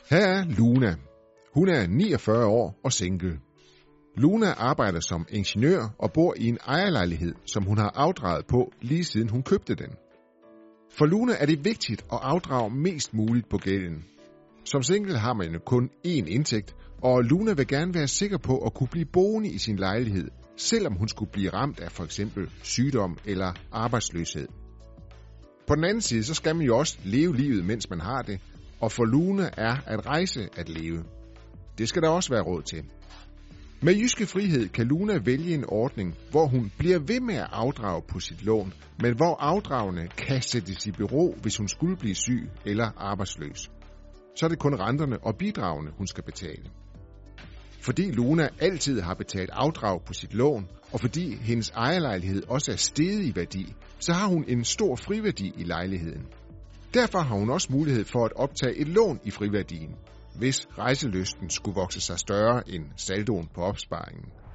Her er Luna. Hun er 49 år og single. Luna arbejder som ingeniør og bor i en ejerlejlighed, som hun har afdraget på lige siden hun købte den. For Luna er det vigtigt at afdrage mest muligt på gælden. Som single har man jo kun én indtægt, og Luna vil gerne være sikker på at kunne blive boende i sin lejlighed, selvom hun skulle blive ramt af for eksempel sygdom eller arbejdsløshed. På den anden side, så skal man jo også leve livet, mens man har det, og for Luna er at rejse at leve. Det skal der også være råd til. Med Jyske Frihed kan Luna vælge en ordning, hvor hun bliver ved med at afdrage på sit lån, men hvor afdragene kan sættes i bero, hvis hun skulle blive syg eller arbejdsløs. Så er det kun renterne og bidragene, hun skal betale. Fordi Luna altid har betalt afdrag på sit lån, og fordi hendes ejerlejlighed også er steget i værdi, så har hun en stor friværdi i lejligheden. Derfor har hun også mulighed for at optage et lån i friværdien, hvis rejselysten skulle vokse sig større end saldoen på opsparingen.